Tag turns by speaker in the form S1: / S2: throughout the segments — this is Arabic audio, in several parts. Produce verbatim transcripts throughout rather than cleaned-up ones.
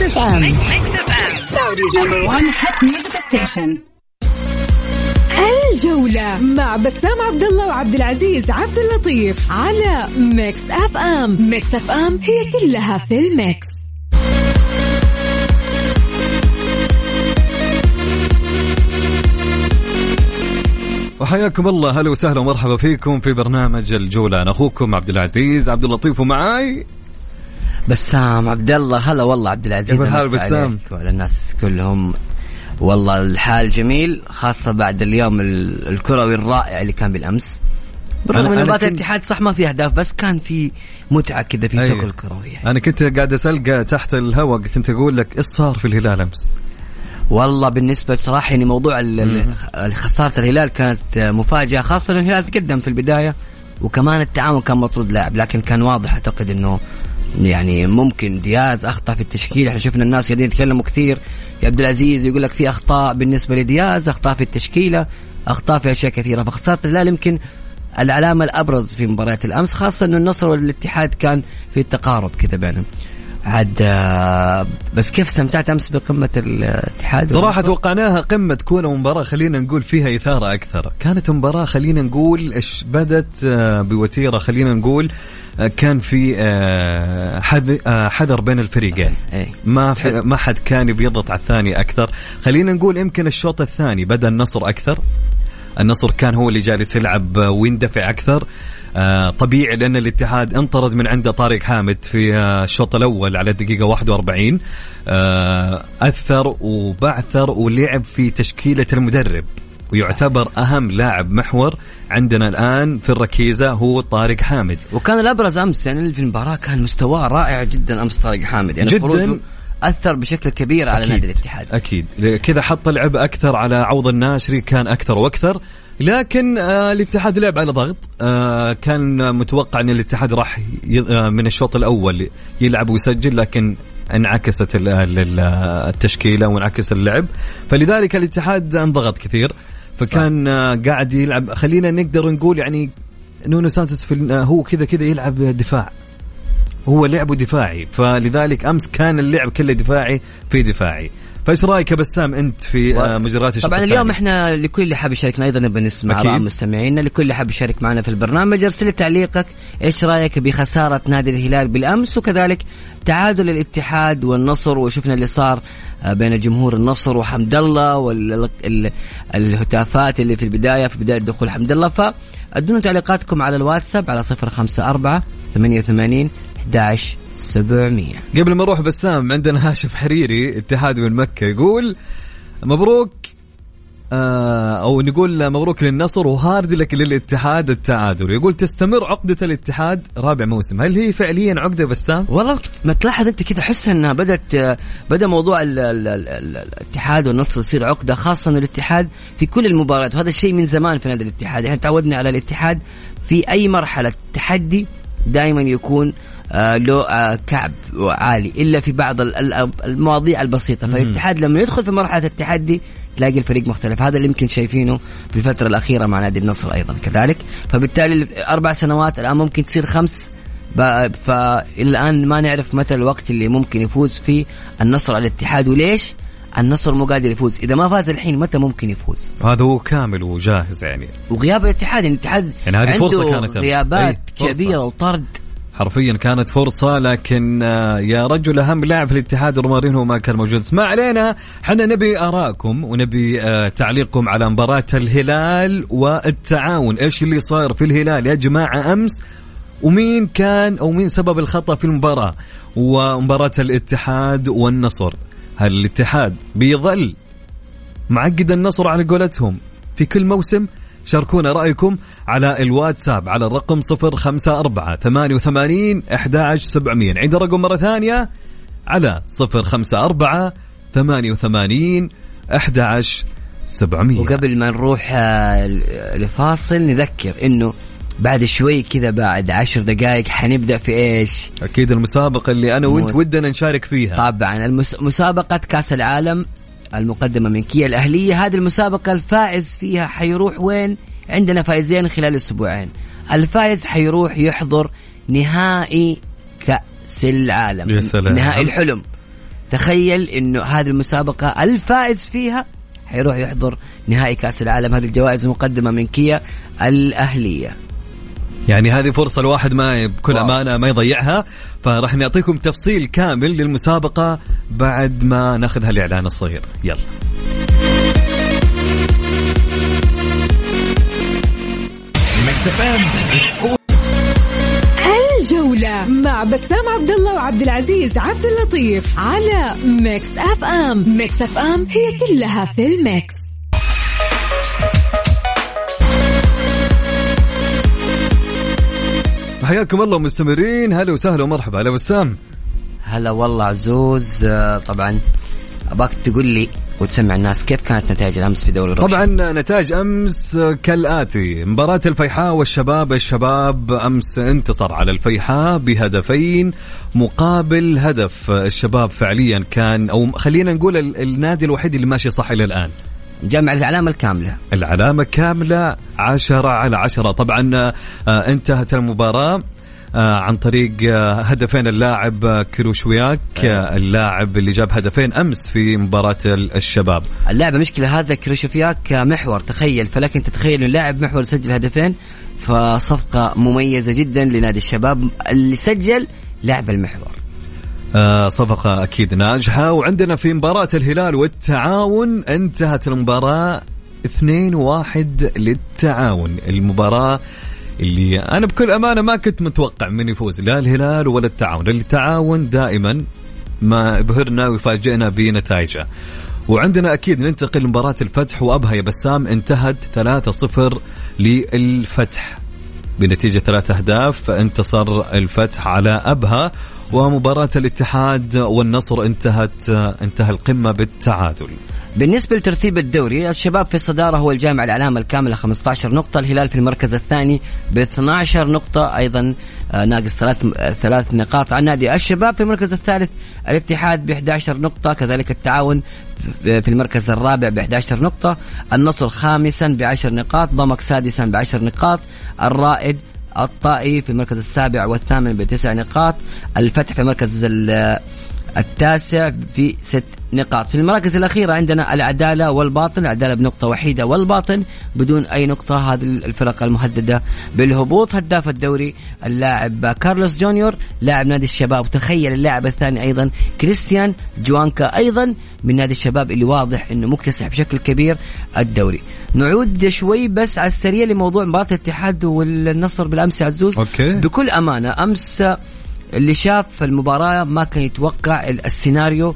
S1: إف إم Saudi's number one hit music station. الجولة مع بسام عبد الله وعبد العزيز عبد اللطيف على ميكس إف إم. ميكس إف إم هي كلها في الميكس.
S2: وحياكم الله، هلا وسهلا ومرحبا فيكم في برنامج الجولة. أنا أخوكم عبد العزيز عبد اللطيف ومعاي
S3: بسام عبد الله. هلا والله عبد العزيز،
S2: كيف الحال بسام؟
S3: وعلى الناس كلهم والله الحال جميل، خاصة بعد اليوم الكروي الرائع اللي كان بالأمس. بالرغم من مباراة الاتحاد صح ما في أهداف، بس كان في متعة كذا في ثقل الكروي يعني.
S2: أنا كنت قاعد أسألك تحت الهواء، كنت أقول لك إيش صار في الهلال أمس؟
S3: والله بالنسبة صراحة يعني موضوع خسارة الهلال كانت مفاجأة، خاصة أن الهلال تقدم في البداية وكمان التعاون كان مطرود لاعب، لكن كان واضح أعتقد أنه يعني ممكن دياز أخطأ في التشكيل. احنا شفنا الناس قاعدين يتكلموا كثير يا عبد العزيز، يقول لك في أخطاء بالنسبة لدياز، أخطاء في التشكيلة، أخطاء في أشياء كثيرة. فخسارة الهلال يمكن العلامة الأبرز في مباراة الأمس، خاصة أنه النصر والاتحاد كان في التقارب كذا بينهم. عاد بس كيف استمتعت أمس بقمة الاتحاد؟
S2: صراحة توقعناها قمة تكون مباراة خلينا نقول فيها إثارة أكثر. كانت مباراة خلينا نقول إيش بدت بوتيرة، خلينا نقول كان في حذر بين الفريقين، ما ما حد كان بيضغط على الثاني أكثر. خلينا نقول يمكن الشوط الثاني بدأ النصر أكثر، النصر كان هو اللي جالس يلعب ويندفع أكثر. آه طبيعي لأن الاتحاد انطرد من عنده طارق حامد في آه الشوط الأول على الدقيقة واحد وأربعين، آه أثر وبعثر ولعب في تشكيلة المدرب، ويعتبر أهم لاعب محور عندنا الآن في الركيزة هو طارق حامد.
S3: وكان الأبرز أمس يعني في المباراة كان مستواه رائع جدا أمس طارق حامد، يعني
S2: جدا
S3: أثر بشكل كبير على نادي الاتحاد.
S2: أكيد كذا حط العب أكثر على عوض الناشري، كان أكثر وأكثر. لكن آه الاتحاد لعب على ضغط، آه كان متوقع أن الاتحاد راح آه من الشوط الأول يلعب ويسجل، لكن انعكست التشكيلة وانعكس اللعب، فلذلك الاتحاد انضغط كثير. فكان آه قاعد يلعب، خلينا نقدر نقول يعني نونو سانتوس في آه هو كذا كذا يلعب دفاع، هو لعبه دفاعي، فلذلك أمس كان اللعب كله دفاعي في دفاعي. فايش رايك يا بسام انت في و... مجريات الشوط
S3: طبعا
S2: الثاني؟
S3: اليوم احنا لكل اللي حاب يشاركنا ايضا نبي نسمع اراء مستمعينا، لكل اللي حاب يشارك معنا في البرنامج ارسل تعليقك، ايش رايك بخساره نادي الهلال بالامس، وكذلك تعادل الاتحاد والنصر، وشفنا اللي صار بين جمهور النصر وحمد الله والهتافات اللي في البدايه في بدايه دخول حمد الله. فادونا تعليقاتكم على الواتساب على صفر خمسة أربعة ثمانية وثمانين أحد عشر سبعمية.
S2: قبل ما نروح بسام، عندنا هاشف حريري اتحاد من مكة يقول مبروك آه أو نقول مبروك للنصر وهارد لك للاتحاد التعادل. يقول تستمر عقدة الاتحاد رابع موسم. هل هي فعليا عقدة بسام؟
S3: والله ما تلاحظ أنت كده، حس أنها بدأت بدأ موضوع ال ال ال ال الاتحاد والنصر يصير عقدة، خاصة الاتحاد في كل المباريات، وهذا الشيء من زمان في نادي الاتحاد. احنا تعودنا على الاتحاد في أي مرحلة تحدي دائما يكون آه له آه كعب عالي، إلا في بعض المواضيع البسيطة. فالاتحاد لما يدخل في مرحلة التحدي تلاقي الفريق مختلف. هذا اللي يمكن شايفينه في الفترة الأخيرة مع نادي النصر أيضا كذلك. فبالتالي أربع سنوات الآن ممكن تصير خمس، فالآن ما نعرف متى الوقت اللي ممكن يفوز فيه النصر على الاتحاد، وليش النصر مو قادر يفوز. إذا ما فاز الحين متى ممكن يفوز؟
S2: هذا هو كامل وجاهز يعني.
S3: وغياب الاتحاد، الاتحاد
S2: يعني هذه فرصة كانت
S3: غيابات كبيرة وطرد،
S2: حرفيا كانت فرصة. لكن يا رجل أهم لاعب في الاتحاد رومارينو ما كان موجود. اسمع علينا، حنا نبي آراءكم ونبي تعليقكم على مباراة الهلال والتعاون. إيش اللي صار في الهلال يا جماعة أمس، ومين كان أو مين سبب الخطأ في المباراة؟ ومباراة الاتحاد والنصر، هل الاتحاد بيظل معقد النصر على قولتهم في كل موسم؟ شاركونا رأيكم على الواتساب على الرقم صفر خمسة أربعة ثمانية وثمانين أحد عشر سبعمية. عيد الرقم مرة ثانية على صفر خمسة أربعة ثمانية وثمانين أحد عشر سبعمية.
S3: وقبل ما نروح لفاصل نذكر إنه بعد شوي كذا بعد عشر دقائق حنبدأ في إيش؟
S2: أكيد المسابقة اللي أنا وإنت ودنا نشارك فيها.
S3: طبعا مسابقة كأس العالم المقدمة من كيا الأهلية. هذه المسابقة الفائز فيها حيروح وين؟ عندنا فائزين خلال أسبوعين. الفائز حيروح يحضر نهائي كأس العالم، نهائي الحلم تخيل إنه هذه المسابقة الفائز فيها حيروح يحضر نهائي كأس العالم. هذه الجوائز مقدمة من كيا الأهلية.
S2: يعني هذه فرصة الواحد ما بكل واو. أمانة ما يضيعها. فرح نعطيكم تفصيل كامل للمسابقة بعد ما ناخذها الإعلان الصغير. يلا
S1: الجولة مع بسام عبد الله وعبد العزيز عبد اللطيف على ميكس اف ام. ميكس اف ام هي كلها في الميكس.
S2: حياكم الله مستمرين. هلا وسهلا ومرحبا. هلا بسام.
S3: هلا والله عزوز. طبعا أباك تقول لي وتسمع الناس كيف كانت نتائج الأمس في دوري الروشن.
S2: طبعا نتائج أمس كالآتي: مباراة الفيحاء والشباب. الشباب أمس انتصر على الفيحاء بهدفين مقابل هدف. الشباب فعليا كان، أو خلينا نقول النادي الوحيد اللي ماشي صح إلى الآن،
S3: جمع العلامة الكاملة.
S2: العلامة كاملة عشرة على عشرة. طبعا انتهت المباراة عن طريق هدفين اللاعب كروشوياك، اللاعب اللي جاب هدفين أمس في مباراة الشباب.
S3: اللاعب مشكلة هذا كروشوياك محور، تخيل، فلكن تتخيل اللاعب محور سجل هدفين، فصفقة مميزة جدا لنادي الشباب اللي سجل لاعب المحور.
S2: آه صفقة أكيد ناجحة. وعندنا في مباراة الهلال والتعاون انتهت المباراة اثنين واحد للتعاون. المباراة اللي أنا بكل أمانة ما كنت متوقع من يفوز، لا الهلال ولا التعاون. التعاون دائما ما يبهرنا ويفاجئنا بنتائجه. وعندنا أكيد ننتقل لمباراة الفتح وأبها يا بسام. انتهت ثلاثة صفر للفتح بنتيجة ثلاثة أهداف، فانتصر الفتح على أبها. ومباراة الاتحاد والنصر انتهت انتهى القمة بالتعادل.
S3: بالنسبة لترتيب الدوري، الشباب في الصدارة هو الجامع العلامة الكاملة خمسة عشر نقطة، الهلال في المركز الثاني ب اثنتي عشرة نقطة أيضا ناقص ثلاث ثلاث نقاط عن نادي الشباب. في المركز الثالث الاتحاد ب إحدى عشرة نقطة، كذلك التعاون في المركز الرابع ب إحدى عشرة نقطة، النصر خامسا بعشر نقاط، ضمك سادسا بعشر نقاط، الرائد الطائي في المركز السابع والثامن بتسع نقاط، الفتح في المركز التاسع في ست نقاط. في المراكز الأخيرة عندنا العدالة والباطن، العدالة بنقطة وحيدة والباطن بدون أي نقطة. هذه الفرق المهددة بالهبوط. هداف الدوري اللاعب كارلوس جونيور لاعب نادي الشباب. تخيل اللاعب الثاني أيضا كريستيان جوانكا أيضا من نادي الشباب اللي واضح أنه مكتسح بشكل كبير الدوري. نعود شوي بس على السريع لموضوع مباراة الاتحاد والنصر بالأمس عزوز.
S2: أوكي.
S3: بكل أمانة أمس اللي شاف المباراة ما كان يتوقع السيناريو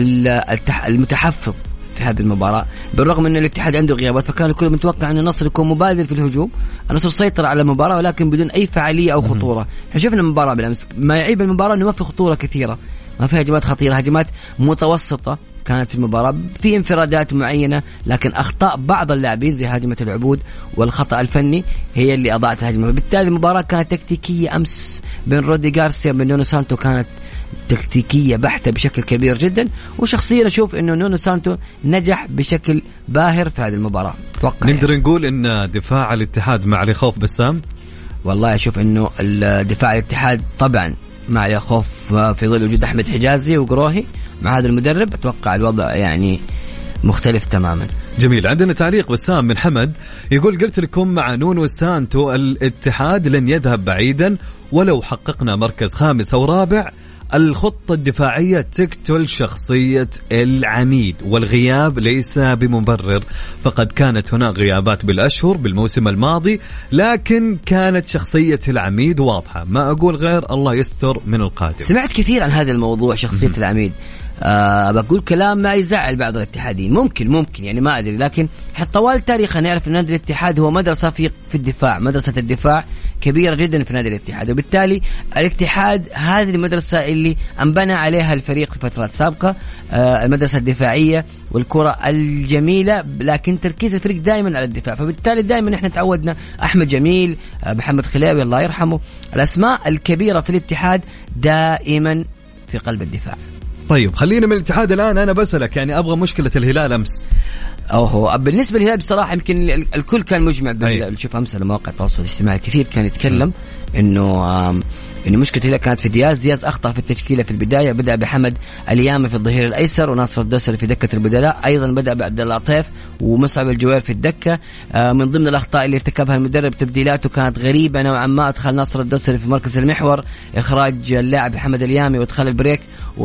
S3: المتحفظ في هذه المباراة، بالرغم أن الاتحاد عنده غيابات، فكان الكل متوقع أن النصر يكون مبادر في الهجوم. النصر سيطر على المباراة ولكن بدون أي فعالية أو خطورة. شفنا المباراة بالأمس، ما يعيب المباراة أنه ما في خطورة كثيرة، ما في هجمات خطيرة، هجمات متوسطة كانت في المباراة، في انفرادات معينة، لكن أخطاء بعض اللاعبين زي هجمة العبود والخطأ الفني هي اللي أضاعت الهجمة. بالتالي المباراة كانت تكتيكية أمس بين رودي غارسيا وبين نونو سانتو، كانت تكتيكية بحتة بشكل كبير جدا. وشخصيا أشوف إنه نونو سانتو نجح بشكل باهر في هذه المباراة.
S2: نقدر يعني نقول إن دفاع الاتحاد ما عليه خوف بسام.
S3: والله أشوف إنه الدفاع الاتحاد طبعا ما عليه خوف في ظل وجود أحمد حجازي وقروهي مع هذا المدرب. أتوقع الوضع يعني مختلف تماما.
S2: جميل. عندنا تعليق بسام من حمد يقول: قلت لكم مع نونو سانتو الاتحاد لن يذهب بعيدا ولو حققنا مركز خامس أو رابع. الخطة الدفاعية تقتل شخصية العميد، والغياب ليس بمبرر، فقد كانت هناك غيابات بالأشهر بالموسم الماضي، لكن كانت شخصية العميد واضحة. ما أقول غير الله يستر من القادم.
S3: سمعت كثير عن هذا الموضوع شخصية م- العميد. أه بقول كلام ما يزعل بعض الاتحادين، ممكن ممكن يعني ما أدري، لكن طوال تاريخ نعرف أن نادي الاتحاد هو مدرسة في في الدفاع، مدرسة الدفاع كبيرة جدا في نادي الاتحاد، وبالتالي الاتحاد هذه المدرسة اللي انبنى عليها الفريق في فترات سابقة، آه المدرسة الدفاعية والكرة الجميلة، لكن تركيز الفريق دائما على الدفاع. فبالتالي دائما احنا تعودنا أحمد جميل، آه محمد خلاوي الله يرحمه، الأسماء الكبيرة في الاتحاد دائما في قلب الدفاع.
S2: طيب خلينا من الاتحاد الآن. أنا بسألك يعني أبغى مشكلة الهلال أمس.
S3: أو هو بالنسبة للهلال بصراحة يمكن الكل كان مجمع. شوف أمس على مواقع التواصل الاجتماعي كثير كان يتكلم إنه إنه مشكلته هنا كانت في دياز. دياز أخطأ في التشكيلة في البداية، بدأ بحمد اليامي في الظهير الأيسر وناصر الدوسري في دكة البدلاء، أيضا بدأ بعبد اللطيف ومصعب الجوير في الدكة. من ضمن الأخطاء اللي ارتكبها المدرب تبديلاته كانت غريبة نوعا ما، أدخل ناصر الدوسري في مركز المحور، إخراج اللاعب حمد اليامي وادخل البريك،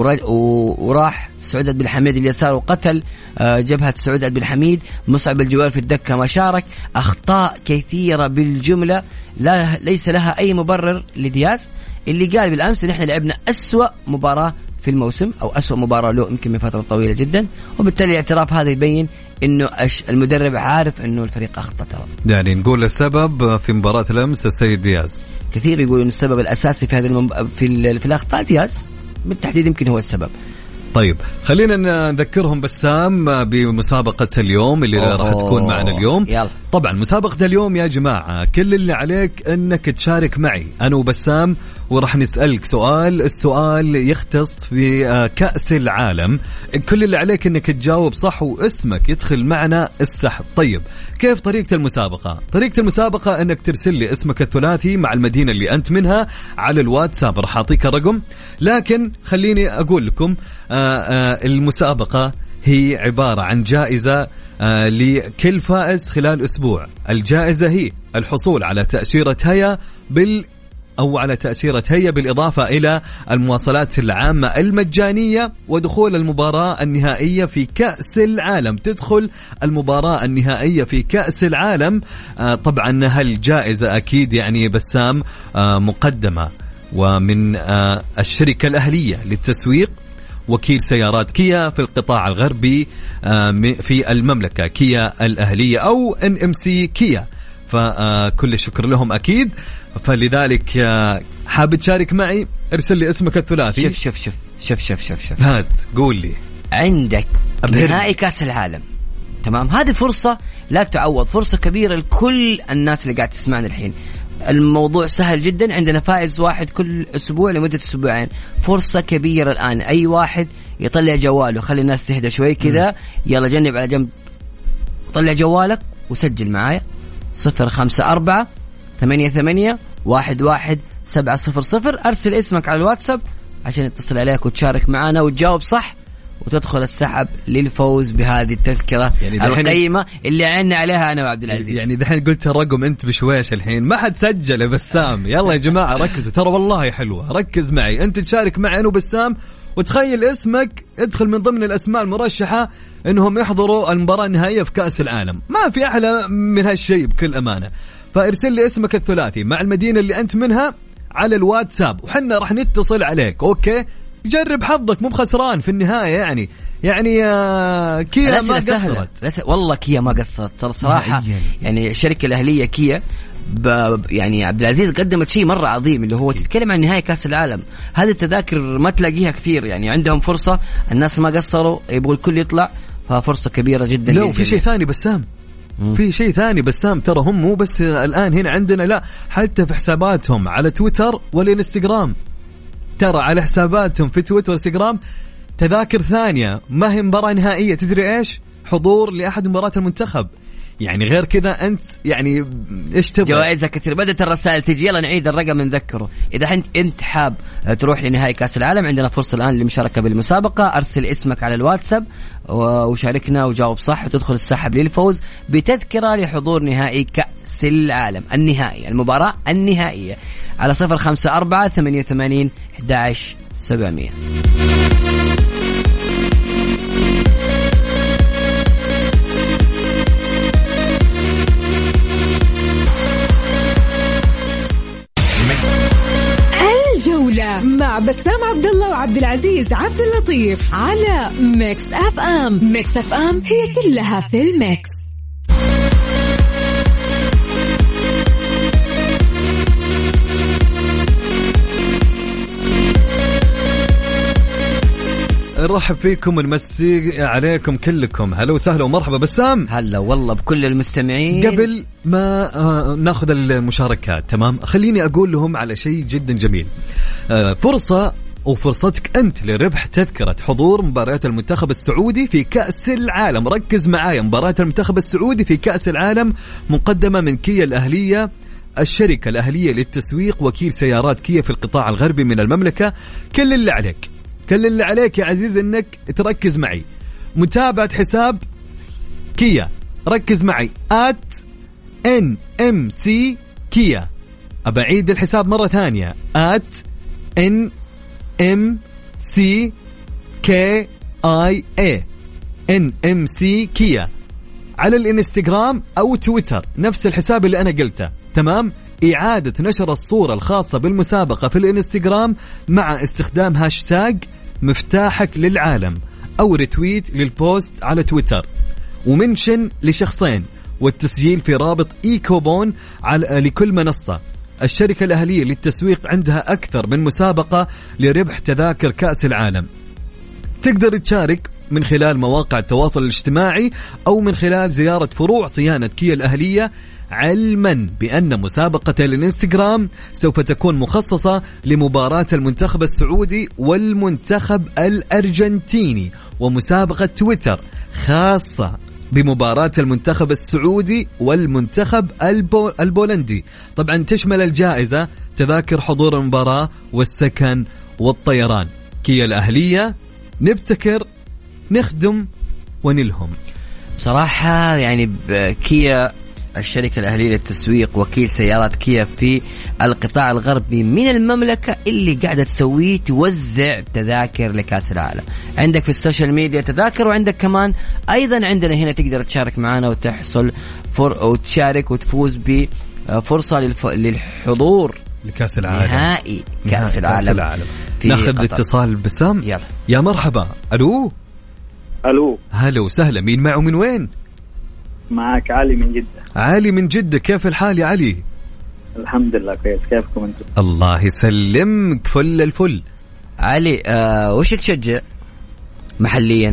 S3: وراح سعود عبد الحميد اليسار وقتل جبهة سعود عبد الحميد. مصعب الجوير في الدكة ما شارك. أخطاء كثيرة بالجملة لا ليس لها أي مبرر لدياز اللي قال بالأمس إن إحنا لعبنا أسوأ مباراة في الموسم أو أسوأ مباراة له يمكن من فترة طويلة جدا، وبالتالي الاعتراف هذا يبين إنه المدرب عارف إنه الفريق أخطأ. ترى
S2: يعني نقول السبب في مباراة الأمس السيد دياز.
S3: كثير يقولون إن السبب الأساسي في هذه المب... في في الأخطاء دياز بالتحديد يمكن هو السبب.
S2: طيب خلينا نذكرهم بسام بمسابقة اليوم اللي أوه. راح تكون معنا اليوم.
S3: يلا.
S2: طبعا مسابقة اليوم يا جماعة كل اللي عليك انك تشارك معي انا وبسام، وراح نسألك سؤال. السؤال يختص في كأس العالم. كل اللي عليك انك تجاوب صح واسمك يدخل معنا السحب. طيب كيف طريقة المسابقة؟ طريقة المسابقة انك ترسل لي اسمك الثلاثي مع المدينة اللي انت منها على الواتساب، راح اعطيك الرقم. لكن خليني اقول لكم آآ آآ المسابقة هي عبارة عن جائزة آه لكل فائز خلال أسبوع. الجائزة هي الحصول على تأشيرة هيا بال أو على تأشيرة هيا بالإضافة إلى المواصلات العامة المجانية ودخول المباراة النهائية في كأس العالم. تدخل المباراة النهائية في كأس العالم. آه طبعا هالجائزة أكيد يعني بسام آه مقدمة ومن آه الشركة الأهلية للتسويق، وكيل سيارات كيا في القطاع الغربي في المملكة، كيا الأهلية أو إن إم سي كيا، فكل الشكر لهم أكيد. فلذلك حاب تشارك معي ارسل لي اسمك الثلاثي.
S3: شوف شوف شوف شوف شوف شوف شوف
S2: هات قول لي.
S3: عندك نهائي كأس العالم، تمام؟ هذه فرصة لا تعوض، فرصة كبيرة لكل الناس اللي قاعد تسمعنا الحين. الموضوع سهل جدا، عندنا فائز واحد كل أسبوع لمدة أسبوعين. فرصة كبيرة الآن، أي واحد يطلع جواله، خلي الناس تهدى شوي كذا، يلا جنب على جنب، طلع جوالك وسجل معايا صفر خمسة أربعة ثمانية ثمانية واحد واحد سبعة صفر صفر. أرسل اسمك على الواتساب عشان يتصل عليك وتشارك معنا وتجاوب صح وتدخل السحب للفوز بهذه التذكرة يعني القيمة اللي عنا عليها أنا وعبد العزيز.
S2: يعني دحين قلت الرقم أنت بشويش الحين ما حد سجل يا بسام. يلا يا جماعة ركزوا، ترى والله حلوة، ركز معي أنت تشارك معي أنا وبسام، وتخيل اسمك ادخل من ضمن الأسماء المرشحة أنهم يحضروا المباراة النهائية في كأس العالم. ما في أحلى من هالشيء بكل أمانة. فارسل لي اسمك الثلاثي مع المدينة اللي أنت منها على الواتساب وحنا راح نتصل عليك. أوكي جرب حظك، مو بخسران في النهاية. يعني يعني كيا ما قصرت
S3: والله، كيا ما قصرت ترى صراحة. يعني الشركة الأهلية كيا يعني عبد العزيز قدمت شيء مرة عظيم، اللي هو تتكلم عن نهاية كأس العالم. هذه التذاكر ما تلاقيها كثير، يعني عندهم فرصة، الناس ما قصروا، يبغوا الكل يطلع، ففرصة كبيرة جدا.
S2: لا في شيء ثاني بسام، في شيء ثاني بسام، ترى هم مو بس الآن هنا عندنا، لا حتى في حساباتهم على تويتر والإنستغرام، ترى على حساباتهم في تويتر والإنستغرام تذاكر ثانية ما هي مباراة نهائية. تدري إيش؟ حضور لأحد مباريات المنتخب. يعني غير كذا أنت يعني إيش تبغى؟
S3: جوائز كثير. بدأت الرسائل تجي، يلا نعيد الرقم نذكره. إذا أنت أنت حاب تروح لنهائي كأس العالم، عندنا فرصة الآن للمشاركة بالمسابقة. أرسل اسمك على الواتساب وشاركنا وجاوب صح وتدخل السحب للفوز بتذكرة لحضور نهائي كأس العالم النهائي، المباراة النهائية، على صفر خمسة أربعة ثمانية ثمانين أحد عشر سبعمية.
S1: الجولة مع بسام عبد الله وعبد العزيز عبد اللطيف على ميكس اف ام. ميكس اف ام هي كلها في الميكس.
S2: نرحب فيكم ونمسي عليكم كلكم. هلا وسهلا ومرحبا بسام.
S3: هلا والله بكل المستمعين.
S2: قبل ما ناخذ المشاركات تمام، خليني أقول لهم على شيء جدا جميل. فرصة وفرصتك أنت لربح تذكرة حضور مباريات المنتخب السعودي في كأس العالم. ركز معايا، مباريات المنتخب السعودي في كأس العالم مقدمة من كيا الأهلية الشركة الأهلية للتسويق وكيل سيارات كيا في القطاع الغربي من المملكة. كل اللي عليك كل اللي عليك يا عزيز انك تركز معي، متابعة حساب كيا، ركز معي آت إن إم سي كيا. أبعيد الحساب مرة ثانية، آت إن إم سي كي آي إيه إن إم سي كيا على الانستغرام أو تويتر، نفس الحساب اللي أنا قلته. تمام. إعادة نشر الصورة الخاصة بالمسابقة في الانستغرام مع استخدام هاشتاج مفتاحك للعالم، أو ريتويت للبوست على تويتر، ومنشن لشخصين، والتسجيل في رابط إيكوبون على لكل منصة. الشركة الأهلية للتسويق عندها أكثر من مسابقة لربح تذاكر كأس العالم. تقدر تشارك من خلال مواقع التواصل الاجتماعي أو من خلال زيارة فروع صيانة كيا الأهلية، علما بأن مسابقة الانستغرام سوف تكون مخصصة لمباراة المنتخب السعودي والمنتخب الأرجنتيني، ومسابقة تويتر خاصة بمباراة المنتخب السعودي والمنتخب البو البولندي. طبعا تشمل الجائزة تذاكر حضور المباراة والسكن والطيران. كيا الأهلية، نبتكر، نخدم، ونلهم.
S3: بصراحة يعني كيا الشركة الأهلية للتسويق وكيل سيارات كيا في القطاع الغربي من المملكة اللي قاعدة تسويه توزع تذاكر لكأس العالم. عندك في السوشيال ميديا تذاكر، وعندك كمان أيضا عندنا هنا تقدر تشارك معنا وتحصل فر أو تشارك وتفوز بفرصة للف... للحضور
S2: لكأس العالم،
S3: نهائي كأس العالم,
S2: العالم. ناخذ اتصال بسام.
S3: يلا.
S2: يا مرحبا. ألو.
S4: ألو.
S2: هلا وسهلا. مين معه من وين؟
S4: معك علي من جدة.
S2: علي من جدة، كيف الحال يا علي؟
S4: الحمد لله كويس، كيفكم انتم؟
S2: الله يسلمك، فل الفل.
S3: علي آه وش تشجع محليا؟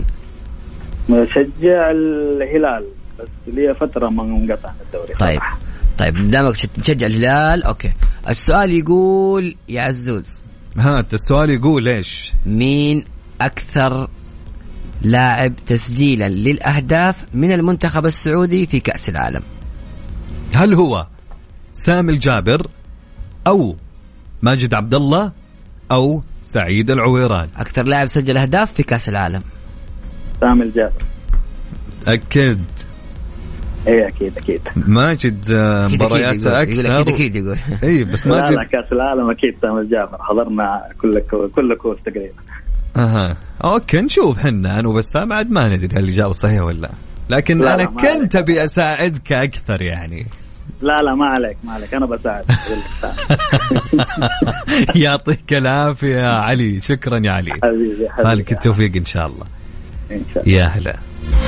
S4: بشجع الهلال، بس لي فترة ما انقطع الدوري.
S3: طيب صراحة. طيب دامك تشجع الهلال، اوكي. السؤال يقول يا عزوز،
S2: هات السؤال يقول ايش؟
S3: مين أكثر لاعب تسجيلا للأهداف من المنتخب السعودي في كأس العالم؟
S2: هل هو سامي الجابر أو ماجد عبد الله أو سعيد العويران؟
S3: أكثر لاعب سجل أهداف في كأس العالم.
S4: سامي الجابر.
S2: أكيد.
S4: ايه اكيد اكيد.
S2: ماجد مبارياته اكثر.
S3: يقول اكيد اكيد يقول.
S2: اي بس ماجد.
S4: لا لا كاس العالم اكيد سامي الجابر، حضرنا كل كل كوس تقريبا.
S2: اها اوكي، نشوف حنا انا وبسام عاد ما ندري هل الاجابه صحيحه ولا، لكن لا انا كنت ابي اساعدك اكثر يعني.
S4: لا لا ما عليك ما عليك، انا بساعد.
S2: يعطيك العافيه يا علي، شكرا يا علي.
S4: حبيبي حبيبي.
S2: مالك التوفيق ان شاء الله.
S4: ان شاء الله.
S2: يا هلا.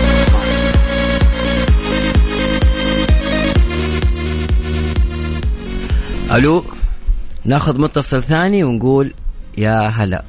S3: الو، ناخذ متصل ثاني ونقول يا هلا.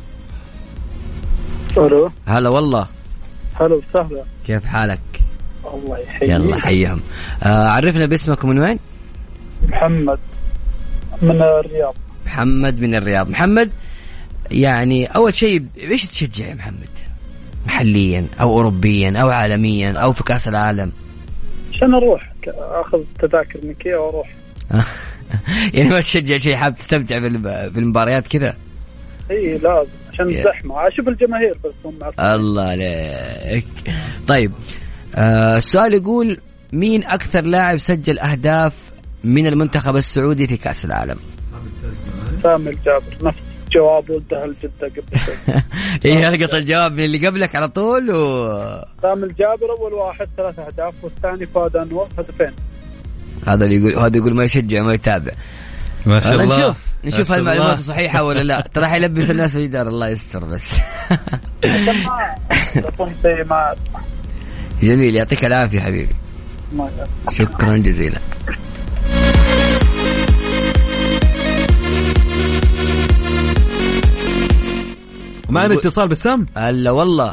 S5: الو.
S3: هلا والله.
S5: هلا وسهلا.
S3: كيف حالك؟
S5: الله يحييك.
S3: يلا حيهم. آه عرفنا باسمك من وين؟
S5: محمد من الرياض.
S3: محمد من الرياض. محمد، يعني اول شيء ايش تشجع يا محمد؟ محليا او اوروبيا او عالميا او في كاس العالم؟
S5: عشان اروح اخذ تذاكر من كيا واروح.
S3: يعني ما تشجع شيء، حاب تستمتع بالمباريات كذا؟
S5: اي لازم عشان الزحمه، اشوف الجماهير بس هم.
S3: الله عليك. طيب آه السؤال يقول مين اكثر لاعب سجل اهداف من المنتخب السعودي في كأس العالم؟
S5: سامي الجابر. نفس جواب ولده الجدة قبل شوي.
S3: ايه لقط الجواب من اللي قبلك على طول. و
S5: سامي الجابر اول واحد ثلاث اهداف، والثاني فؤاد انور هدفين.
S3: هذا اللي يقول هذا يقول ما يشجع ما يتابع.
S2: ما شاء الله.
S3: نشوف نشوف هالمعلومات صحيحة ولا لا. ترى راح يلبس الناس في الجدار. الله يستر بس. جميل، يعطيك العافية حبيبي. شكرا جزيلا.
S2: ومعنا اتصال بسام.
S3: هلا والله.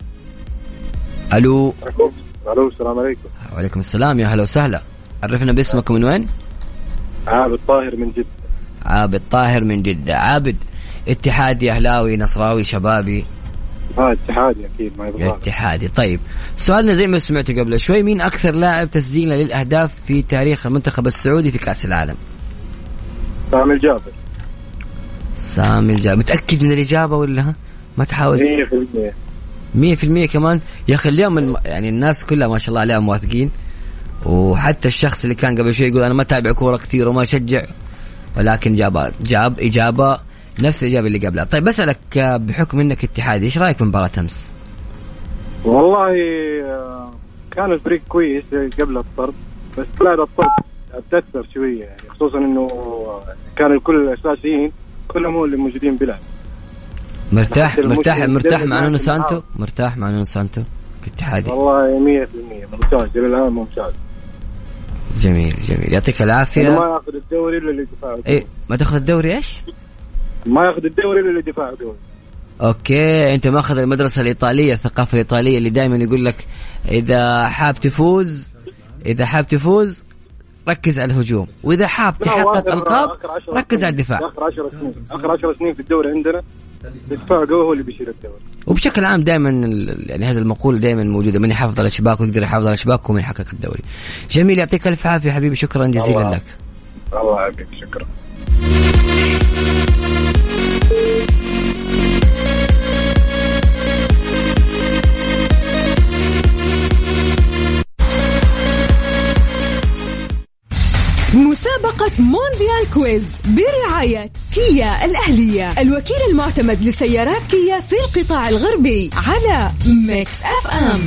S3: الو.
S6: الو السلام عليكم.
S3: وعليكم السلام، يا هلا وسهلا. عرفنا باسمك من وين؟
S6: عابد طاهر من جدة.
S3: عابد طاهر من جدة. عابد، اتحادي أهلاوي نصراوي شبابي؟
S6: اه اتحادي اكيد ما يبغى.
S3: اتحادي. طيب سؤالنا زي ما سمعتوا قبل شوي، مين اكثر لاعب تسجيلا للاهداف في تاريخ المنتخب السعودي في كأس العالم؟
S6: سامي الجابر.
S3: سامي الجابر. متأكد من الإجابة ولا ها؟ ما تحاول؟
S6: مية في المية.
S3: مية في المية كمان يا أخي. اليوم من يعني الناس كلها ما شاء الله عليها موافقين، وحتى الشخص اللي كان قبل شوي يقول أنا ما تابع كورة كثير وما أشجع، ولكن جاب جاب إجابة نفس الإجابة اللي قبلها. طيب بسألك بحكم إنك اتحادي، إيش رأيك بمباراة أمس؟
S6: والله كان الفريق كويس قبل الطرد، بس بعد الطرد تأثر شوية يعني، خصوصا إنه كان الكل الأساسيين كلهم هو اللي موجودين بلعب.
S3: مرتاح مرتاح مرتاح مع نونو سانتو، مرتاح مع نونو سانتو كاتحادي.
S6: والله مية في المية ممتاز إلى الآن ممتاز.
S3: جميل جميل يعطيك العافية.
S6: ما يأخذ الدوري إلا اللي دفاعه.
S3: إيه ما تأخذ الدوري إيش؟
S6: ما يأخذ الدوري إلا اللي دفاعه دوري.
S3: أوكي أنت ماخذ المدرسة الإيطالية، الثقافة الإيطالية اللي دائما يقول لك إذا حاب تفوز إذا حاب تفوز ركز على الهجوم، وإذا حاب تحقق ألقاب ركز على الدفاع.
S6: آخر عشر سنين آخر عشر سنين في الدوري عندنا الدفاع قوي هو اللي بيشيل الدوري.
S3: وبشكل عام دائما يعني هذا المقولة دائما موجودة، من يحافظ على شباكه يقدر يحافظ على شباكه ومن يحقق الدوري. جميل يعطيك ألف عافية حبيبي، شكرا جزيلا
S6: الله.
S3: لك.
S6: الله يعافيك شكرا.
S1: مسابقة مونديال كويز برعاية كيا الأهلية، الوكيل المعتمد لسيارات كيا في القطاع الغربي، على ميكس أف أم.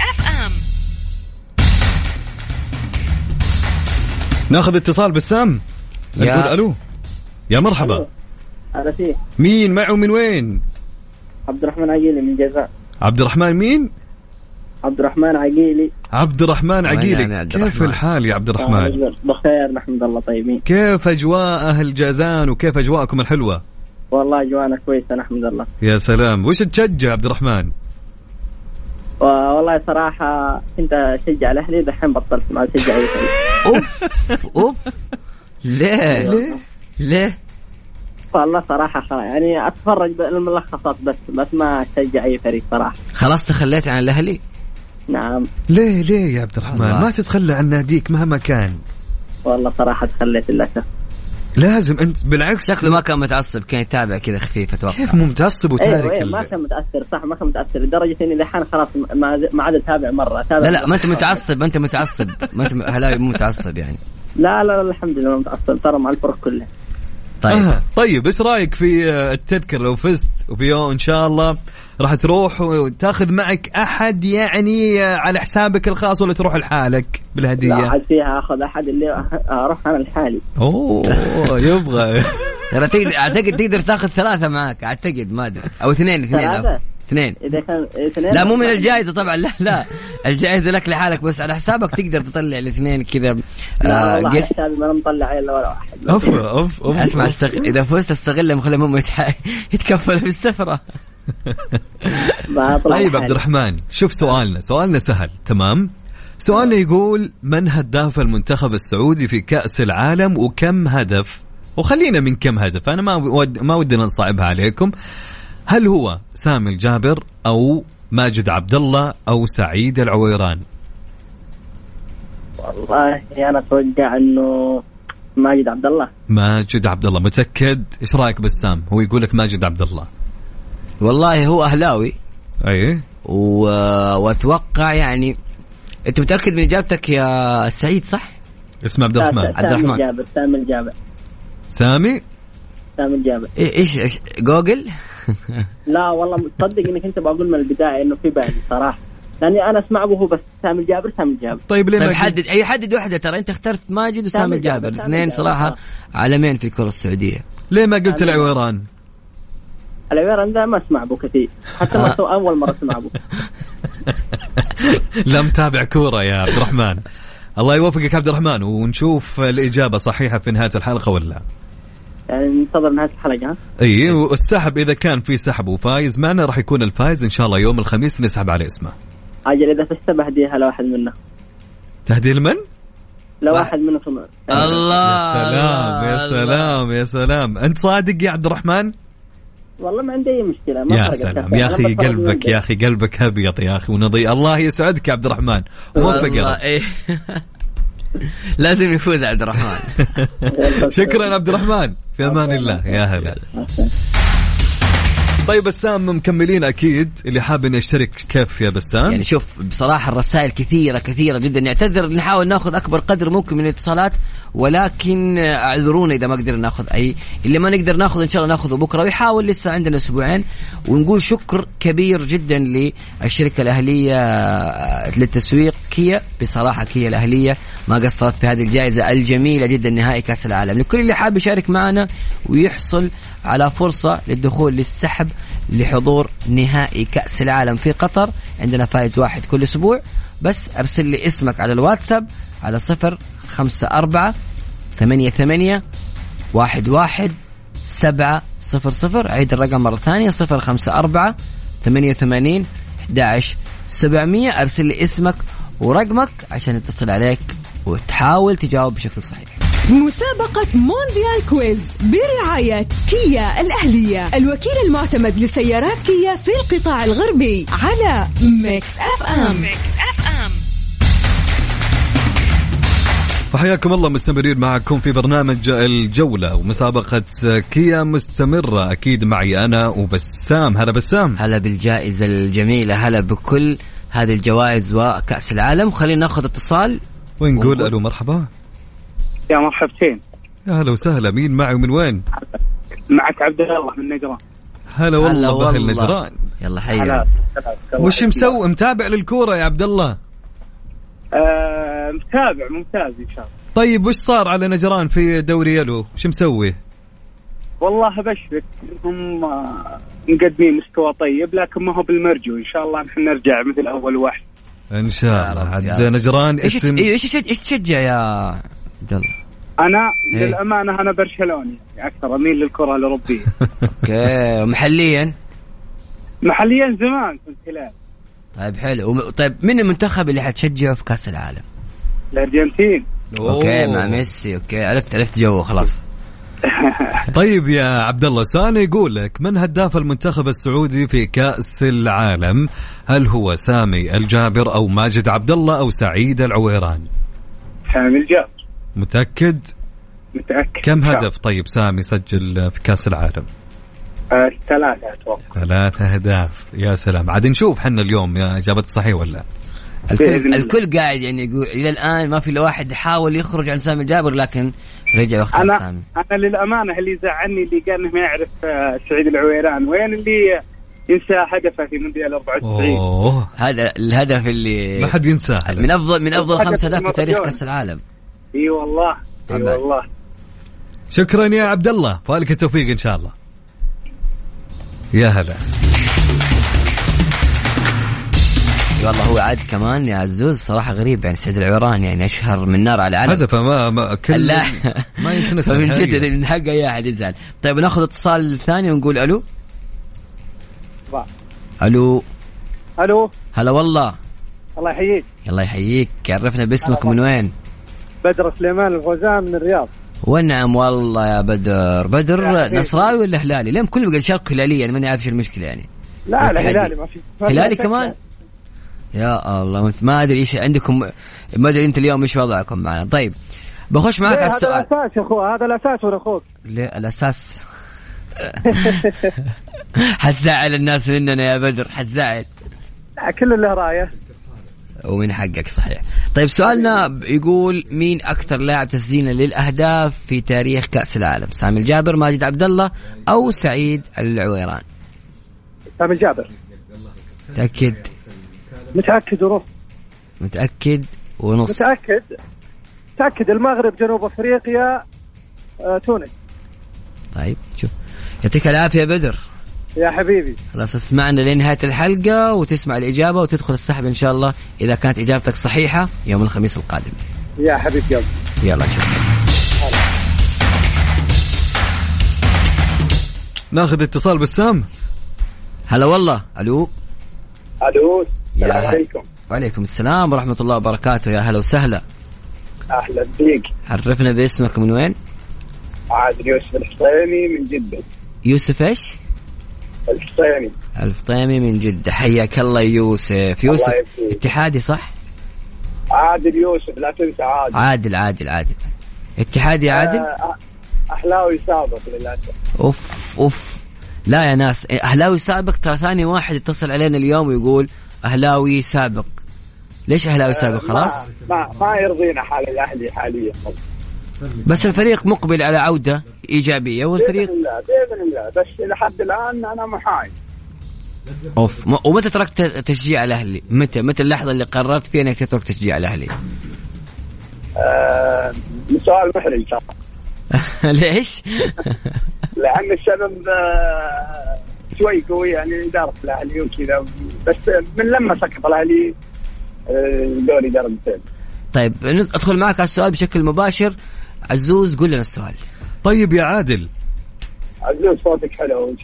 S2: ناخذ اتصال بسام. نقول ألو. يا مرحبا.
S7: أهلا فيه.
S2: مين معه من وين؟
S7: عبد الرحمن عقيلي من جازان.
S2: عبد الرحمن مين؟
S7: عبد الرحمن عقيلي.
S2: عبد الرحمن عقيلي، كيف الحال يا عبد الرحمن؟
S7: بخير نحمد الله طيبين.
S2: كيف أجواء أهل جازان وكيف أجواءكم الحلوة؟
S7: والله أجواءنا كويسة نحمد الله.
S2: يا سلام. وش تشجع عبد الرحمن؟
S7: والله صراحة كنت أشجع الأهلي، دحين بطلت ما أشجع أي فريق.
S3: أوف أوف. ليه ليه ليه؟
S7: والله صراحة خلاص يعني أتفرج الملخصات بس بس ما أشجع أي فريق صراحة.
S3: خلاص تخليت عن الأهلي؟
S7: نعم.
S2: ليه ليه يا عبد الرحمن الله. ما تتخلى عن ناديك مهما كان.
S7: والله صراحة تخليت للأسف.
S2: لازم أنت بالعكس.
S3: شكله ما كان متعصب، كان يتابع كذا خفيف. أتوقع
S2: كيف مو متعصب وتارك؟
S7: أيوة ما كان متأثر صح، ما كان متأثر لدرجة إني دحين خلاص ما ما عاد أتابع مرة أتابع.
S3: لا لا ما أنت متعصب، ما أنت متعصب، ما أنت هلاوي مو متعصب يعني.
S7: لا لا لا الحمد لله ما متعصب، ترى مع الفرق كلها.
S3: طيب
S2: آه. طيب ايش رايك في التذكرة لو فزت وفي يوم ان شاء الله راح تروح وتاخذ معك احد يعني على حسابك الخاص ولا تروح لحالك بالهديه؟
S7: لا عاد فيها اخذ احد اللي اروح انا لحالي.
S2: اوه يبغى
S3: ترى تقدر اعتقد تقدر تاخذ ثلاثه معك، اعتقد ما ادري او اثنين اثنين
S7: ثلاثة؟
S3: اثنين
S7: اذا كان اثنين
S3: لا مو من الجائزه طبعا. لا لا الجائزه لك لحالك، بس على حسابك تقدر تطلع الاثنين كذا.
S7: لا والله على حسابي ما مطلع الا ولا واحد.
S2: اوف اوف اوف
S3: اسمع استغ... اذا فزت استغلهم خليهم يتح... يتكفلوا في السفره.
S2: طيب عبد الرحمن شوف سؤالنا سؤالنا سهل تمام. سؤالنا يقول من هداف المنتخب السعودي في كأس العالم وكم هدف؟ وخلينا من كم هدف، أنا ما ود... ما ودنا نصعبها عليكم. هل هو سامي الجابر أو ماجد عبد الله أو سعيد العويران؟
S7: والله أنا أتوقع إنه ماجد عبد الله.
S2: ماجد عبد الله متأكد؟ إيش رأيك بسام؟ هو يقول لك ماجد عبد الله.
S3: والله هو أهلاوي.
S2: أيه.
S3: و... وأتوقع يعني أنت متأكد من إجابتك يا سعيد صح؟
S2: اسمه عبد الرحمن.
S3: عبد الرحمن.
S7: سامي الجابر. سامي الجابر.
S2: سامي.
S7: سامي الجابر.
S3: إيش إيش جوجل؟
S7: لا والله تصدق إنك أنت بقول من البداية إنه في بالي صراحة، لأني أنا أسمع أبوه بس سامي الجابر سامي الجابر.
S2: طيب ليه
S3: طيب
S2: ما
S3: حدد أي حدد واحدة، ترى أنت اخترت ماجد وسامي الجابر اثنين صراحة علمين في الكرة السعودية.
S2: ليه ما قلت العويران؟
S7: العويران ده ما اسمع أبوه كثير، حتى ما أول مرة اسمع أبوه.
S2: لا متابع كورة يا عبد الرحمن. الله يوفقك عبد الرحمن، ونشوف الإجابة صحيحة في نهاية الحلقة ولا
S7: يعني ننتظر نهاية الحلقة. ها
S2: اي والسحب إذا كان في سحب وفايز معنا راح يكون الفايز إن شاء الله يوم الخميس نسحب على اسمه.
S7: أجل إذا فزت بهديها لواحد منا.
S2: تهدي لمن؟
S7: لواحد منكم.
S3: الله
S2: يا سلام يا سلام يا سلام. أنت صادق يا عبد الرحمن؟
S7: والله ما عندي أي مشكلة. ما
S2: يا سلام يا أخي قلبك يا أخي قلبك أبيض يا أخي ونضيء. الله يسعدك يا عبد الرحمن ووفق يا رب.
S3: إيه. لازم يفوز عبد الرحمن.
S2: شكرا عبد الرحمن، في امان الله. يا هلا. طيب بسام مكملين أكيد، اللي حاب إنه يشترك كيف يا بسام؟
S3: يعني شوف بصراحة الرسائل كثيرة كثيرة جدا، نعتذر نحاول ناخذ أكبر قدر ممكن من الاتصالات، ولكن اعذرونا إذا ما قدرنا ناخذ أي، اللي ما نقدر ناخذ إن شاء الله ناخذه بكرة، ويحاول لسه عندنا أسبوعين. ونقول شكر كبير جدا للشركة الأهلية للتسويق كيا، بصراحة كيا الأهلية ما قصرت في هذه الجائزة الجميلة جدا نهائي كأس العالم. لكل اللي حاب يشارك معنا ويحصل على فرصة للدخول للسحب لحضور نهائي كأس العالم في قطر، عندنا فائز واحد كل أسبوع، بس أرسل لي اسمك على الواتساب على صفر خمسة أربعة ثمانية ثمانية واحد واحد سبعة صفر صفر. عيد الرقم مرة ثانية صفر خمسة أربعة ثمانية ثمانين أحد عشر سبعمية. أرسل لي اسمك ورقمك عشان نتصل عليك وتحاول تجاوب بشكل صحيح.
S1: مسابقة مونديال كويز برعاية كيا الأهلية، الوكيل المعتمد لسيارات كيا في القطاع الغربي، على ميكس أف أم.
S2: فحياكم الله، مستمرين معكم في برنامج الجولة، ومسابقة كيا مستمرة أكيد معي أنا وبسام. هلا بسام.
S3: هلا بالجائزة الجميلة، هلا بكل هذه الجوائز وكأس العالم. خلينا ناخذ اتصال
S2: ونقول ألو مرحبا.
S5: يا مرحبتين.
S2: يا هلا وسهلا، مين معي ومن وين؟
S5: معك عبد الله من نجران.
S2: هلا والله بأهل نجران.
S3: يلا حيا.
S2: وش مسوي؟ متابع للكورة يا عبد الله؟
S5: آه متابع ممتاز إن شاء الله.
S2: طيب وش صار على نجران في دوري يلو؟ شو مسوي؟
S5: والله بشرك هم مقدمين مستوى طيب، لكن ما هو بالمرجو. إن شاء الله نحن نرجع مثل أول واحد
S2: إن شاء الله. عد نجران اسم
S3: إيش إيش تشجع يا عبد الله؟
S5: أنا للأمانة أنا برشلوني أكثر، أميل للكرة الأوروبية.
S3: أوكي. ومحليا؟
S5: محليا زمان كنت هلال.
S3: طيب حلو. طيب من المنتخب اللي حتشجعه في كأس العالم؟
S5: الأرجنتين.
S3: أوكي مع ميسي. أوكي عرفت عرفت جوه خلاص.
S2: طيب يا عبد الله، سؤال يقول لك من هداف المنتخب السعودي في كأس العالم؟ هل هو سامي الجابر أو ماجد عبد الله أو سعيد العويران؟
S5: سامي الجابر.
S2: متأكد؟
S5: متأكد.
S2: كم هدف طيب سامي سجل في كأس العالم؟
S5: آه، ثلاثة أتوقع.
S2: ثلاثة أهداف. يا سلام. عاد نشوف حنا اليوم يا إجابة صحيح ولا؟
S3: الكل الكل قاعد يعني يقول إلى الآن ما في إلا واحد يحاول يخرج عن سامي الجابر، لكن رجع واختار
S5: أنا
S3: سامي.
S5: أنا للأمانة اللي زعلني اللي قال إنه ما يعرف سعيد العويران، وين اللي ينسى هدفه في مونديال أربعة وتسعين.
S2: أوه.
S3: هذا الهدف اللي
S2: ما حد ينساه،
S3: من أفضل من أفضل خمس أهداف في تاريخ كأس العالم.
S5: إي والله. إي والله.
S2: شكرا يا عبد الله، فالك التوفيق إن شاء الله. يا هلا.
S3: والله هو عاد كمان يا عزوز صراحة غريب، يعني سعيد العويران يعني أشهر من نار على العالم.
S2: هدف ما ما كل ما يتنسى
S3: من جد من حقه يا أحد يزعل. طيب ناخذ اتصال ثاني ونقول ألو. ألو.
S5: ألو.
S3: هلا والله.
S5: الله يحييك.
S3: الله يحييك. عرفنا باسمك من وين؟
S5: بدر سليمان الفوزان من الرياض.
S3: ونعم والله يا بدر. بدر نصراوي ولا هلالي؟ ليه كل بقى شرق هلالي يعني ماني عارف شو المشكلة يعني.
S5: لا لا هلالي ما في.
S3: هلالي كمان. يا الله ما أدري إيش عندكم، ما أدري أنت اليوم إيش وضعكم معنا. طيب بخش معك على السؤال.
S5: هذا الأساس يا أخوة، هذا الأساس ولا أخوك؟
S3: ليه الأساس؟ حتزعل الناس مننا يا بدر، حتزعل.
S5: لا كل اللي رايه.
S3: ومن حقك صحيح. طيب سؤالنا يقول مين أكثر لاعب تسجيلا للأهداف في تاريخ كأس العالم؟ سامي الجابر، ماجد عبد الله، أو سعيد العويران؟
S5: سامي الجابر.
S3: متأكد؟
S5: متأكد ونص.
S3: متأكد ونص.
S5: متأكد. متأكد. المغرب، جنوب أفريقيا، آه، تونس.
S3: طيب شوف، يعطيك العافية بدر
S5: يا حبيبي.
S3: خلاص اسمعنا لنهاية الحلقة وتسمع الإجابة وتدخل السحب إن شاء الله إذا كانت إجابتك صحيحة يوم الخميس القادم.
S5: يا حبيبي يلا.
S3: يلا نشوف.
S2: ناخذ اتصال بسام.
S3: هلا والله. ألو.
S5: ألو.
S3: السلام عليكم. وعليكم السلام ورحمة الله وبركاته. يا هلا وسهلا.
S5: أهلا بيك.
S3: عرفنا باسمك من وين؟
S5: عادل يوسف الحصيني من جدة.
S3: يوسف إيش؟
S5: الحصيني.
S3: الفطيمي من جدة. حياك الله يوسف. يوسف اتحادي صح؟
S5: عادل يوسف، لا تنسى عادل.
S3: عادل عادل عادل اتحادي عادل.
S5: آه أهلاوي سابق للأسف.
S3: أوف أوف لا يا ناس، أهلاوي سابق ترى ثاني واحد يتصل علينا اليوم ويقول أهلاوي سابق. ليش أهلاوي سابق؟ خلاص
S5: ما ما يرضينا حال الأهلي حاليا،
S3: بس الفريق مقبل على عودة إيجابية والفريق
S5: بإذن الله بإذن الله، بس لحد الآن أنا محايد.
S3: أوف. ومتى تركت تشجيع الأهلي؟ متى متى اللحظة اللي قررت فيها إنك تترك تشجيع الأهلي؟
S5: آه سؤال محرج صراحة.
S3: ليش؟
S5: لأن السبب آه شوي قوي يعني إدارة الأهلي وكذا، بس من لما سقط الأهلي الدوري درجتين.
S3: طيب أدخل معك على السؤال بشكل مباشر. عزوز قول لنا السؤال.
S2: طيب يا عادل.
S5: عزوز صوتك حلو.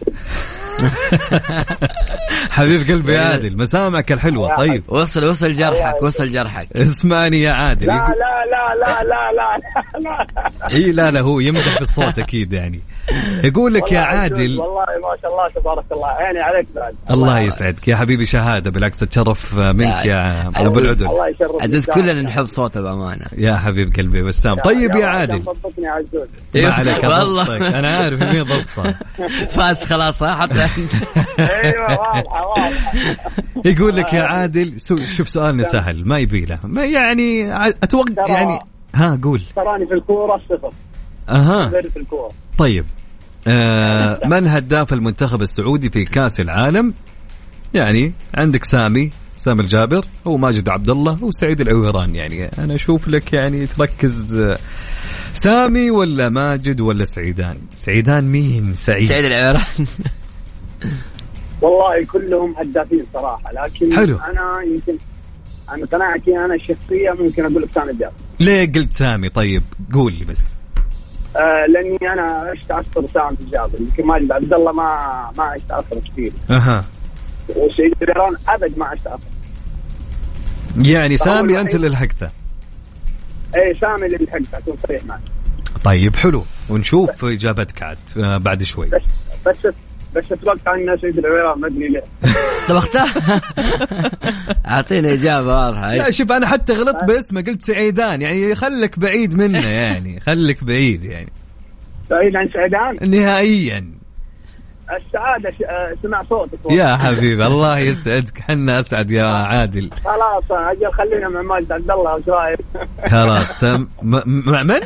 S2: حبيب قلبي يا عادل، مسامعك الحلوة. طيب
S3: وصل وصل جرحك وصل جرحك.
S2: اسمعني يا عادل.
S5: لا لا لا لا لا لا لا
S2: اي لا لا هو يمدح بالصوت اكيد يعني. يقول لك يا عادل
S5: والله ما شاء الله تبارك الله عيني عليك بعد.
S2: الله يسعدك يا حبيبي، شهادة بالعكس اتشرف منك يا ابو العدل.
S3: عزوز كلنا نحب صوته بامانه
S2: يا حبيب قلبي بسام. طيب يا عادل ما عليك والله انا عارف مين ضبطه.
S3: فاز خلاص ها حط.
S5: ايوه واضحه واضحه.
S2: يقول لك يا عادل شوف سؤالنا سهل ما يبي له ما يعني اتوقع يعني. ها قول.
S5: تراني في الكوره صفر.
S2: اها
S5: في الكوره.
S2: طيب آه من هداف المنتخب السعودي في كأس العالم؟ يعني عندك سامي سامي الجابر أو ماجد عبد الله وسعيد العويران. يعني أنا أشوف لك يعني تركز سامي ولا ماجد ولا سعيدان. سعيدان مين؟ سعيد
S3: سعيد العويران.
S5: والله كلهم هدافين صراحة، لكن
S2: حلو.
S5: أنا يمكن أنا قناعتي أنا الشخصية ممكن أقول لك سامي الجابر.
S2: ليه قلت سامي؟ طيب قول لي بس.
S5: آه لاني انا عشت عصر سامي الجابر، يمكن ماجد عبد الله ما ما عشت عصر كثير.
S2: اها
S5: وسعيد العويران ابد ما عشت عصر.
S2: يعني سامي انت اللي لحقته.
S5: ايه سامي اللي لحقته اكون صريح معك.
S2: طيب حلو ونشوف اجابتك عاد بعد شوي.
S5: بس بس بس اتوقع ان سعيد العويران ما ادري ليه.
S3: طب اختار اعطينا اجابه واضحه.
S2: لا شوف انا حتى غلطت باسمه قلت سعيدان، يعني خلك بعيد منه يعني خلك بعيد يعني
S5: بعيد عن سعيدان
S2: نهائيا.
S5: السعاده سمع صوتك
S2: يا حبيبي الله يسعدك، حنا اسعد يا عادل.
S5: خلاص اجل خلينا مع ماجد عبد الله وش رايك؟
S2: خلاص تم مع من؟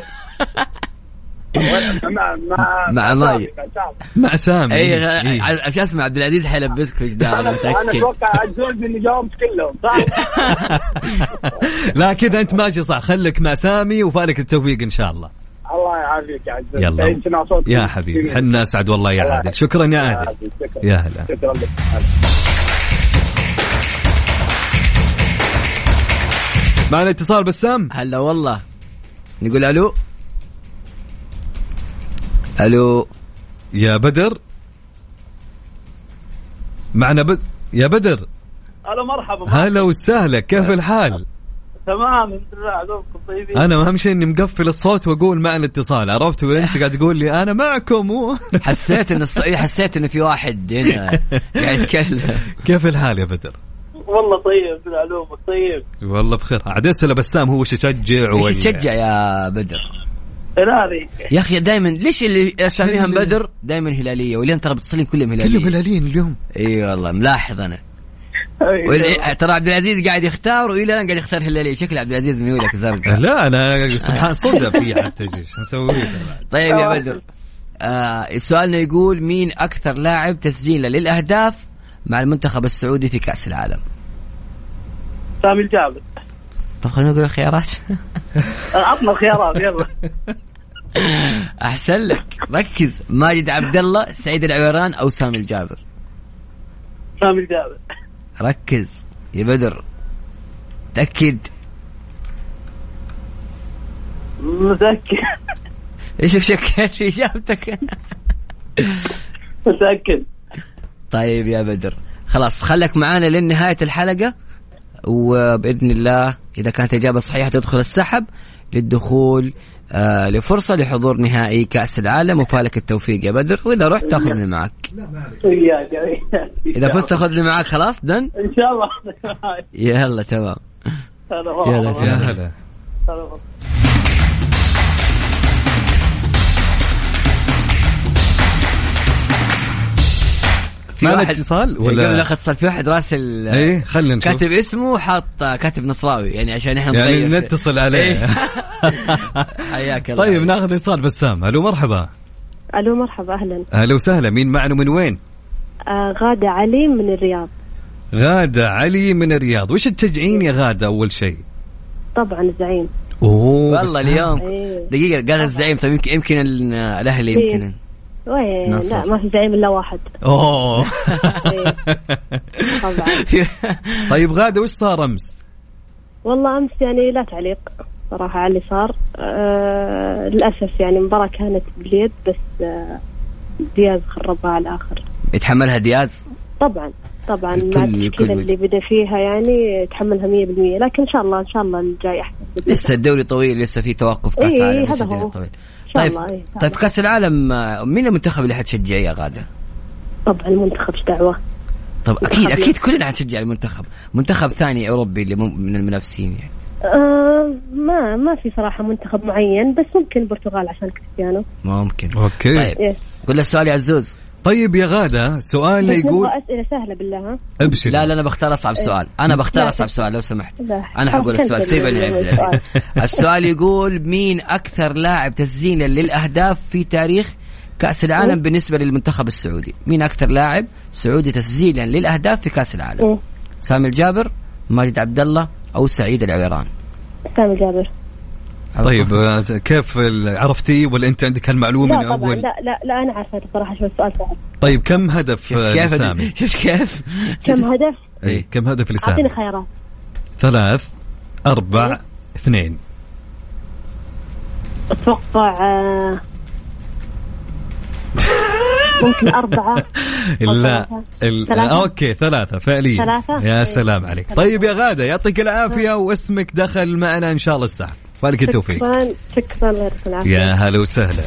S5: مع مع
S3: مع ماي
S2: مع سامي.
S3: اي عشان اسمع عبد العزيز حيلبسك وش دعوه.
S5: انا اتوقع عزوز اني جاوبت كلهم صح.
S2: لا كذا انت ماشي صح، خليك مع سامي وفالك التوفيق ان شاء الله.
S5: الله يعافيك يا عزوز.
S2: يلا يا حبيبي حنا اسعد والله يا عادل. شكرا يا عادل. يا هلا.
S5: شكرا لك.
S2: معنا اتصال بسام.
S3: هلا والله. نقول الو. الو
S2: يا بدر. معنا بد... يا بدر.
S5: الو مرحبا.
S2: هلا وسهلا، كيف الحال؟
S5: تمام الحمد لله. عقبكم طيبين؟
S2: انا اهم شيء اني مقفل الصوت واقول معنا اتصال، عرفت؟ وانت قاعد تقول لي انا معكم و...
S3: حسيت ان الص... حسيت انه في واحد هنا قاعد يتكلم.
S2: كيف الحال يا بدر؟
S5: والله طيب بالعلومك. طيب
S2: والله بخير. عاد اسال بسام هو يشجع
S3: ولا ايش تشجع يا بدر؟
S5: هلالي
S3: يا اخي. دائما ليش اللي اساميهم بدر دائما هلاليه، واليوم ترى بتصلين كلهم هلاليه.
S2: كلهم هلاليين اليوم.
S3: اي والله ملاحظ انا. ترى عبد العزيز قاعد يختار والى الان قاعد يختار هلاليه. شكل عبد العزيز ميولك زرقاء.
S2: لا انا سبحان صدف في حتى ايش نسوي.
S3: طيب يا بدر آه سؤالنا يقول مين اكثر لاعب تسجيلا للاهداف مع المنتخب السعودي في كأس العالم؟
S5: سامي الجابر.
S3: طب خلينا نقول الخيارات.
S5: عطنا الخيارات يلا.
S3: احسن لك ركز. ماجد عبد الله سعيد العويران او سامي الجابر؟
S5: سامي الجابر.
S3: ركز يا بدر تأكد.
S5: متأكد.
S3: ايش شكيت في اجابتك؟
S5: متأكد.
S3: طيب يا بدر خلاص خلك معانا لنهاية الحلقة، وبإذن الله إذا كانت إجابة صحيحة تدخل السحب للدخول آه لفرصة لحضور نهائي كأس العالم، وفالك التوفيق يا بدر. وإذا رحت تأخذني معك. إذا فزت تأخذني معك خلاص دن
S5: إن شاء الله.
S3: يلا تمام.
S2: يا هلا. معنا اتصال ولا
S3: قبل اخذ اتصال؟ في واحد راسل
S2: ايه خلينا نشوف
S3: كاتب اسمه وحاط كاتب نصراوي يعني عشان احنا
S2: يعني نتصل عليه.
S3: حياك الله.
S2: طيب ناخذ اتصال بسام. الو مرحبا.
S8: الو مرحبا اهلا.
S2: اهلا وسهلا. مين معنا من وين؟
S8: آه غادة علي من الرياض.
S2: غادة علي من الرياض. وش تشجعين يا غادة أول شيء؟
S8: طبعا الزعيم.
S2: أوه
S3: والله اليوم ايه. دقيقة قال الزعيم. طيب يمكن يمكن الأهلي يمكن
S8: وين؟ لا ما في زعيم إلا واحد.
S2: أوه
S8: طبعا.
S2: طيب غادة وش صار أمس؟
S8: والله أمس يعني لا تعليق صراحة على اللي صار. آه للأسف يعني المباراة كانت باليد بس آه دياز خربها على الآخر.
S3: يتحملها دياز؟
S8: طبعا طبعا مع التشكيلة اللي بدأ فيها يعني يتحملها مية بالمية لكن إن شاء الله إن شاء الله الجاي أحسن.
S3: لسه الدوري طويل لسه في توقف كأس
S8: إيه
S3: العالم.
S8: هذا هو.
S3: طويل. طيب إيه طيب كأس العالم مين المنتخب اللي حتشجعيه يا غادة؟
S8: طبعا المنتخب دعوة.
S3: طب أكيد أكيد كلنا حنشجع المنتخب. منتخب ثاني أوروبي اللي من المنافسين يعني.
S8: آه ما ما في صراحة منتخب معين بس ممكن البرتغال عشان كريستيانو.
S3: ممكن.
S2: أوكي.
S3: طيب قول له السؤال يا عزوز.
S2: طيب يا غادة سؤالنا يقول
S8: أسئلة سهلة بالله ها.
S2: ابشر.
S3: لا لا أنا بختار أصعب سؤال. أنا بختار أصعب سؤال لو سمحت. أنا حقول السؤال سيبني. السؤال يقول مين أكثر لاعب تسجيلا للأهداف في تاريخ كأس العالم بالنسبة للمنتخب السعودي؟ مين أكثر لاعب سعودي تسجيلا للأهداف في كأس العالم؟ سامي الجابر، ماجد عبد الله، أو سعيد العويران؟
S8: سامي الجابر.
S2: طيب كيف عرفتي ولا أنت عندك هالمعلومة من أول؟
S8: لا لا لا أنا عارفة صراحة شو السؤال سهل.
S2: طيب كم هدف لسامي؟
S3: شوف كيف
S8: كم هدف؟
S2: إيه كم هدف لسامي؟
S8: أعطيني خيارات.
S2: ثلاث أربع
S8: إيه؟
S2: اثنين.
S8: أتوقع ممكن أربعة.
S2: لا ال... أوكي ثلاثة فعليا.
S8: ثلاثة؟
S2: يا سلام عليك. طيب يا غادة يعطيك العافية واسمك دخل معنا إن شاء الله السحب. فالك التوفيق.
S8: شكرا شكرا.
S2: يا هلا وسهلا.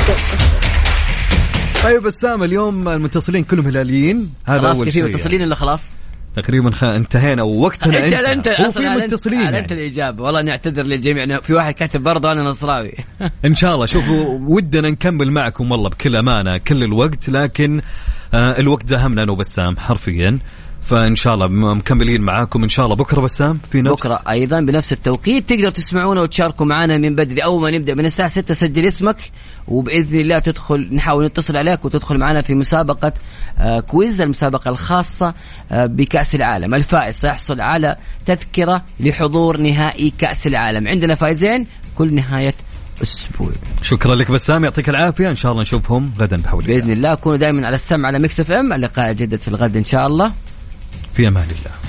S2: طيب بسام اليوم المتصلين كلهم هلاليين. هذا أول شيء.
S3: في متصلين إلا خلاص
S2: تقريبا خ... انتهينا ووقتنا
S3: انت انت
S2: هو في متصلين
S3: يعني. انت الاجابه والله نعتذر للجميع. في واحد كاتب برضه انا نصراوي.
S2: ان شاء الله شوفوا ودنا نكمل معكم والله بكل امانه كل الوقت لكن آه الوقت دهمنا انا وبسام حرفيا. فإن شاء الله مكملين معاكم إن شاء الله بكرة بسام في نفس
S3: بكرة أيضا بنفس التوقيت. تقدر تسمعونا وتشاركوا معنا من بدري. أول ما نبدأ من الساعة ستة سجل اسمك وبإذن الله تدخل نحاول نتصل عليك وتدخل معنا في مسابقة آه كويز المسابقة الخاصة آه بكأس العالم. الفائز سيحصل على تذكرة لحضور نهائي كأس العالم. عندنا فائزين كل نهاية أسبوع.
S2: شكرا لك بسام يعطيك العافية. إن شاء الله نشوفهم غدا بحول الله
S3: بإذن الله. كونوا دائما على السمع على ميكس اف ام. اللقاء جدد في الغد إن شاء الله.
S2: في أمان الله.